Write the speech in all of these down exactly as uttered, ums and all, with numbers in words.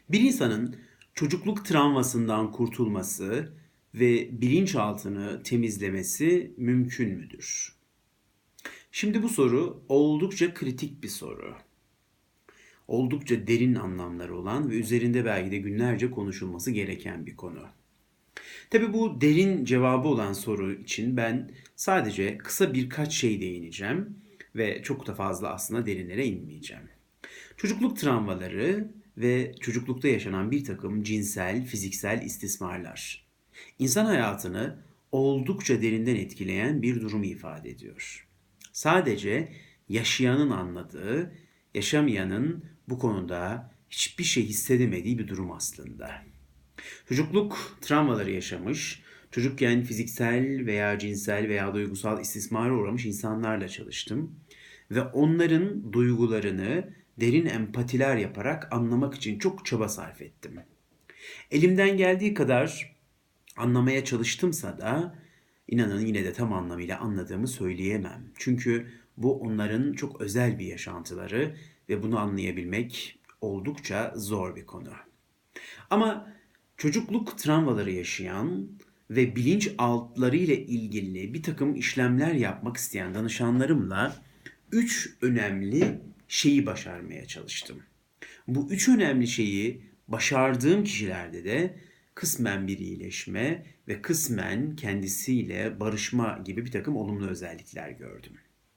Bir insanın çocukluk travmasından kurtulması ve bilinçaltını temizlemesi mümkün müdür? Şimdi bu soru oldukça kritik bir soru. Oldukça derin anlamları olan ve üzerinde belki de günlerce konuşulması gereken bir konu. Tabii bu derin cevabı olan soru için ben sadece kısa birkaç şey değineceğim ve çok da fazla aslında derinlere inmeyeceğim. Çocukluk travmaları ve çocuklukta yaşanan bir takım cinsel, fiziksel istismarlar. İnsan hayatını oldukça derinden etkileyen bir durumu ifade ediyor. Sadece yaşayanın anladığı, yaşamayanın bu konuda hiçbir şey hissedemediği bir durum aslında. Çocukluk travmaları yaşamış, çocukken fiziksel veya cinsel veya duygusal istismara uğramış insanlarla çalıştım ve onların duygularını derin empatiler yaparak anlamak için çok çaba sarf ettim. Elimden geldiği kadar anlamaya çalıştımsa da inanın yine de tam anlamıyla anladığımı söyleyemem. Çünkü bu onların çok özel bir yaşantıları ve bunu anlayabilmek oldukça zor bir konu. Ama çocukluk travmaları yaşayan ve bilinç altları ile ilgili bir takım işlemler yapmak isteyen danışanlarımla üç önemli şeyi başarmaya çalıştım. Bu üç önemli şeyi başardığım kişilerde de kısmen bir iyileşme ve kısmen kendisiyle barışma gibi bir takım olumlu özellikler gördüm.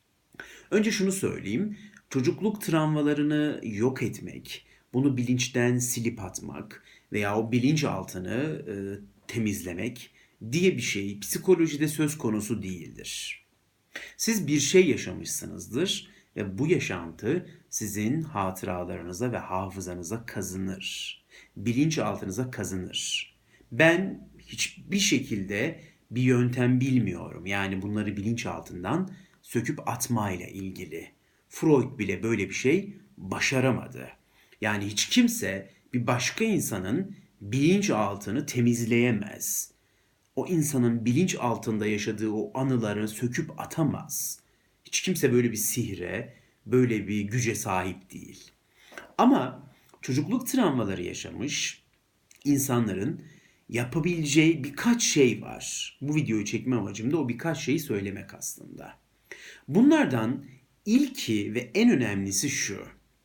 Önce şunu söyleyeyim. Çocukluk travmalarını yok etmek, bunu bilinçten silip atmak veya o bilinçaltını e, temizlemek diye bir şey psikolojide söz konusu değildir. Siz bir şey yaşamışsınızdır ve bu yaşantı sizin hatıralarınıza ve hafızanıza kazınır. Bilinçaltınıza kazınır. Ben hiçbir şekilde bir yöntem bilmiyorum. Yani bunları bilinçaltından söküp atmayla ilgili. Freud bile böyle bir şey başaramadı. Yani hiç kimse bir başka insanın bilinçaltını temizleyemez. O insanın bilinç altında yaşadığı o anıları söküp atamaz. Hiç kimse böyle bir sihre, böyle bir güce sahip değil. Ama çocukluk travmaları yaşamış insanların yapabileceği birkaç şey var. Bu videoyu çekme amacım da o birkaç şeyi söylemek aslında. Bunlardan ilki ve en önemlisi şu.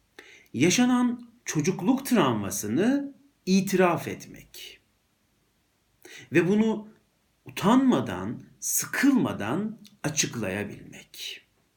Yaşanan çocukluk travmasını itiraf etmek. Ve bunu utanmadan, sıkılmadan açıklayabilmek.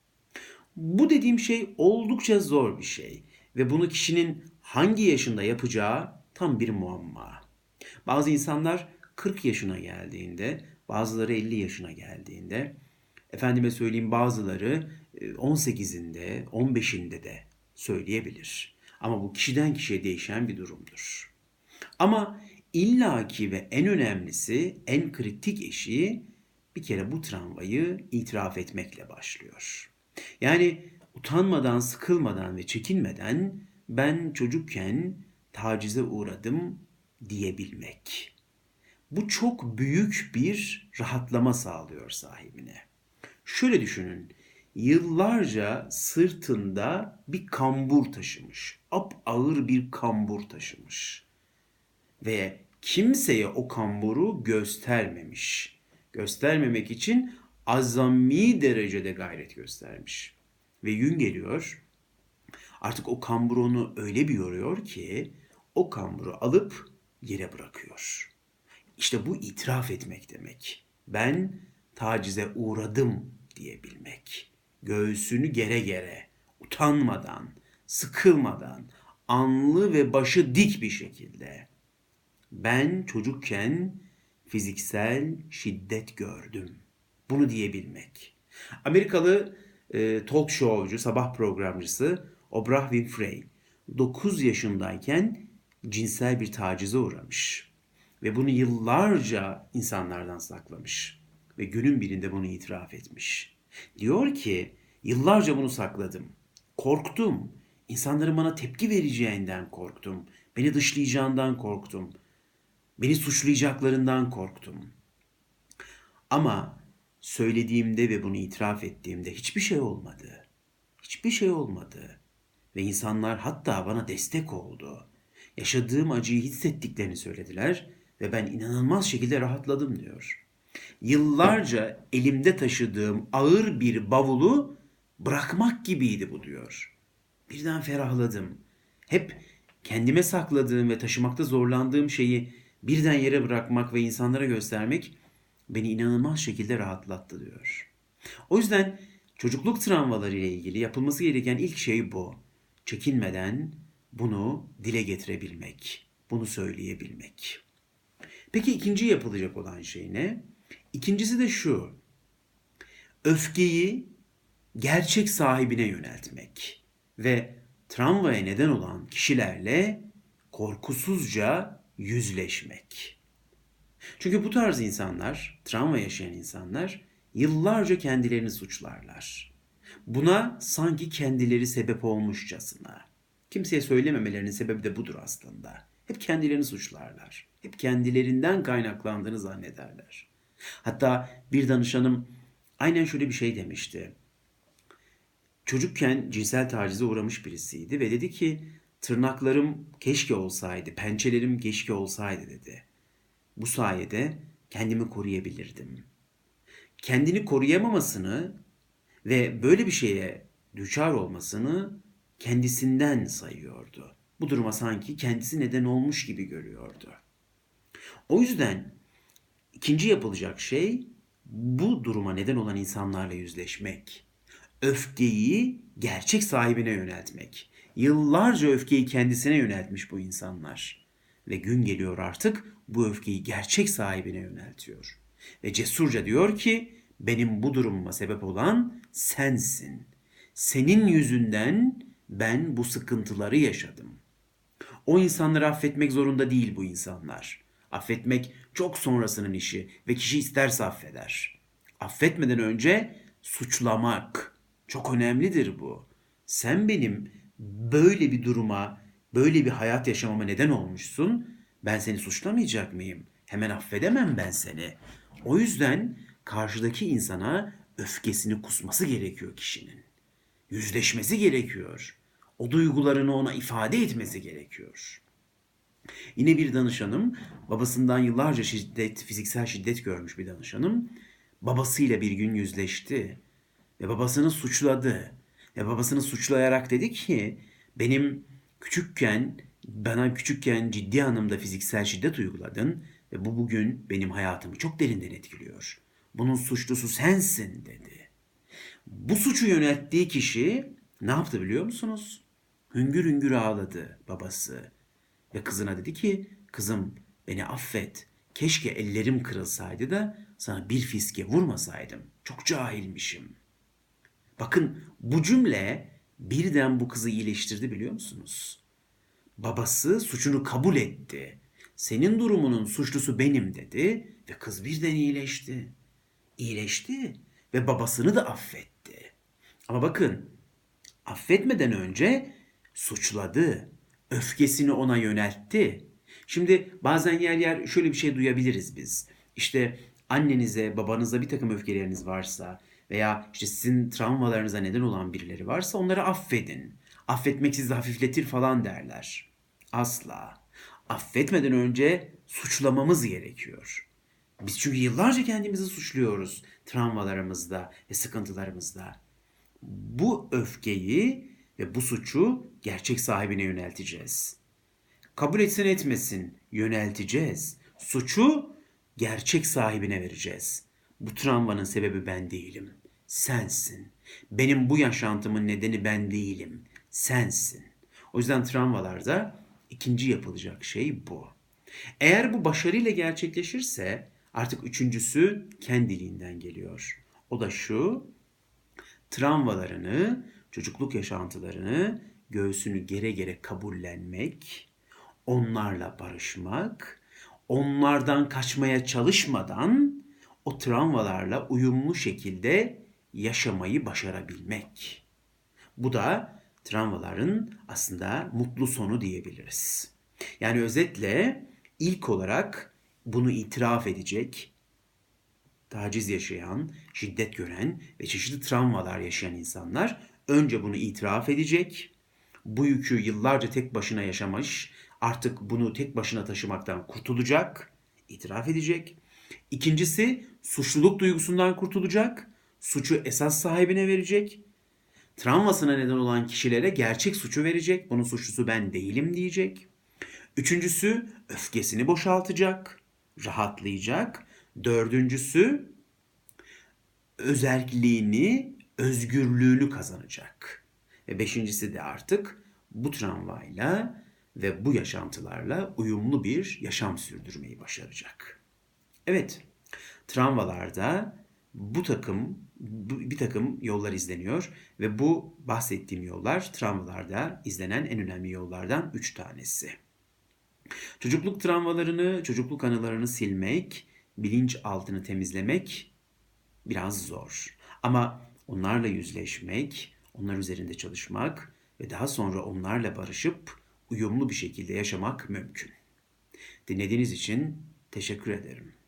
Bu dediğim şey oldukça zor bir şey ve bunu kişinin hangi yaşında yapacağı tam bir muamma. Bazı insanlar kırk yaşına geldiğinde, bazıları elli yaşına geldiğinde, efendime söyleyeyim bazıları on sekizinde, on beşinde de söyleyebilir. Ama bu kişiden kişiye değişen bir durumdur. Ama illaki ve en önemlisi, en kritik eşiği bir kere bu travmayı itiraf etmekle başlıyor. Yani utanmadan, sıkılmadan ve çekinmeden ben çocukken tacize uğradım diyebilmek. Bu çok büyük bir rahatlama sağlıyor sahibine. Şöyle düşünün, yıllarca sırtında bir kambur taşımış, ap-ağır bir kambur taşımış ve kimseye o kamburu göstermemiş. Göstermemek için azami derecede gayret göstermiş. Ve gün geliyor, artık o kambur onu öyle bir yoruyor ki o kamburu alıp yere bırakıyor. İşte bu itiraf etmek demek. Ben tacize uğradım diyebilmek. Göğsünü gere gere, utanmadan, sıkılmadan, alnı ve başı dik bir şekilde. Ben çocukken fiziksel şiddet gördüm. Bunu diyebilmek. Amerikalı e, talk showcu, sabah programcısı Oprah Winfrey dokuz yaşındayken cinsel bir tacize uğramış. Ve bunu yıllarca insanlardan saklamış. Ve günün birinde bunu itiraf etmiş. Diyor ki, yıllarca bunu sakladım. Korktum. İnsanların bana tepki vereceğinden korktum. Beni dışlayacağından korktum. Beni suçlayacaklarından korktum. Ama söylediğimde ve bunu itiraf ettiğimde hiçbir şey olmadı. Hiçbir şey olmadı. Ve insanlar hatta bana destek oldu. Yaşadığım acıyı hissettiklerini söylediler ve ben inanılmaz şekilde rahatladım diyor. Yıllarca elimde taşıdığım ağır bir bavulu bırakmak gibiydi bu diyor. Birden ferahladım. Hep kendime sakladığım ve taşımakta zorlandığım şeyi birden yere bırakmak ve insanlara göstermek beni inanılmaz şekilde rahatlattı diyor. O yüzden çocukluk travmaları ile ilgili yapılması gereken ilk şey bu. Çekinmeden bunu dile getirebilmek, bunu söyleyebilmek. Peki ikinci yapılacak olan şey ne? İkincisi de şu. Öfkeyi gerçek sahibine yöneltmek ve travmaya neden olan kişilerle korkusuzca yüzleşmek. Çünkü bu tarz insanlar, travma yaşayan insanlar yıllarca kendilerini suçlarlar. Buna sanki kendileri sebep olmuşçasına. Kimseye söylememelerinin sebebi de budur aslında. Hep kendilerini suçlarlar. Hep kendilerinden kaynaklandığını zannederler. Hatta bir danışanım aynen şöyle bir şey demişti. Çocukken cinsel tacize uğramış birisiydi ve dedi ki tırnaklarım keşke olsaydı, pençelerim keşke olsaydı dedi. Bu sayede kendimi koruyabilirdim. Kendini koruyamamasını ve böyle bir şeye düçar olmasını kendisinden sayıyordu. Bu duruma sanki kendisi neden olmuş gibi görüyordu. O yüzden ikinci yapılacak şey bu duruma neden olan insanlarla yüzleşmek. Öfkeyi gerçek sahibine yöneltmek. Yıllarca öfkeyi kendisine yöneltmiş bu insanlar. Ve gün geliyor artık bu öfkeyi gerçek sahibine yöneltiyor. Ve cesurca diyor ki benim bu durumuma sebep olan sensin. Senin yüzünden ben bu sıkıntıları yaşadım. O insanları affetmek zorunda değil bu insanlar. Affetmek çok sonrasının işi ve kişi isterse affeder. Affetmeden önce suçlamak çok önemlidir bu. Sen benim böyle bir duruma, böyle bir hayat yaşamama neden olmuşsun. Ben seni suçlamayacak mıyım? Hemen affedemem ben seni. O yüzden karşıdaki insana öfkesini kusması gerekiyor kişinin. Yüzleşmesi gerekiyor. O duygularını ona ifade etmesi gerekiyor. Yine bir danışanım, babasından yıllarca şiddet, fiziksel şiddet görmüş bir danışanım, babasıyla bir gün yüzleşti ve babasını suçladı. Ve babasını suçlayarak dedi ki, benim küçükken, bana küçükken ciddi anlamda fiziksel şiddet uyguladın ve bu bugün benim hayatımı çok derinden etkiliyor. Bunun suçlusu sensin dedi. Bu suçu yönelttiği kişi ne yaptı biliyor musunuz? Hüngür hüngür ağladı babası. Ve kızına dedi ki, kızım beni affet. Keşke ellerim kırılsaydı da sana bir fiske vurmasaydım. Çok cahilmişim. Bakın bu cümle birden bu kızı iyileştirdi biliyor musunuz? Babası suçunu kabul etti. Senin durumunun suçlusu benim dedi ve kız birden iyileşti. İyileşti ve babasını da affetti. Ama bakın affetmeden önce suçladı. Öfkesini ona yöneltti. Şimdi bazen yer yer şöyle bir şey duyabiliriz biz. İşte annenize, babanıza bir takım öfkeleriniz varsa veya işte sizin travmalarınıza neden olan birileri varsa onları affedin. Affetmek sizi hafifletir falan derler. Asla. Affetmeden önce suçlamamız gerekiyor. Biz çünkü yıllarca kendimizi suçluyoruz travmalarımızda ve sıkıntılarımızda. Bu öfkeyi ve bu suçu gerçek sahibine yönelteceğiz. Kabul etsin etmesin yönelteceğiz. Suçu gerçek sahibine vereceğiz. Bu travmanın sebebi ben değilim. Sensin. Benim bu yaşantımın nedeni ben değilim. Sensin. O yüzden travmalarda ikinci yapılacak şey bu. Eğer bu başarıyla gerçekleşirse artık üçüncüsü kendiliğinden geliyor. O da şu: travmalarını, çocukluk yaşantılarını göğsünü gere gere kabullenmek, onlarla barışmak, onlardan kaçmaya çalışmadan o travmalarla uyumlu şekilde yaşamayı başarabilmek. Bu da travmaların aslında mutlu sonu diyebiliriz. Yani özetle ilk olarak bunu itiraf edecek, taciz yaşayan, şiddet gören ve çeşitli travmalar yaşayan insanlar önce bunu itiraf edecek, bu yükü yıllarca tek başına yaşamış, artık bunu tek başına taşımaktan kurtulacak, itiraf edecek. İkincisi, suçluluk duygusundan kurtulacak, suçu esas sahibine verecek. Travmasına neden olan kişilere gerçek suçu verecek, bunun suçlusu ben değilim diyecek. Üçüncüsü, öfkesini boşaltacak, rahatlayacak. Dördüncüsü, özerkliğini, özgürlüğünü kazanacak. Ve beşincisi de artık bu travmayla ve bu yaşantılarla uyumlu bir yaşam sürdürmeyi başaracak. Evet, travmalarda bu takım bir takım yollar izleniyor ve bu bahsettiğim yollar travmalarda izlenen en önemli yollardan üç tanesi. Çocukluk travmalarını, çocukluk anılarını silmek, bilinçaltını temizlemek biraz zor. Ama onlarla yüzleşmek, onlar üzerinde çalışmak ve daha sonra onlarla barışıp uyumlu bir şekilde yaşamak mümkün. Dinlediğiniz için teşekkür ederim.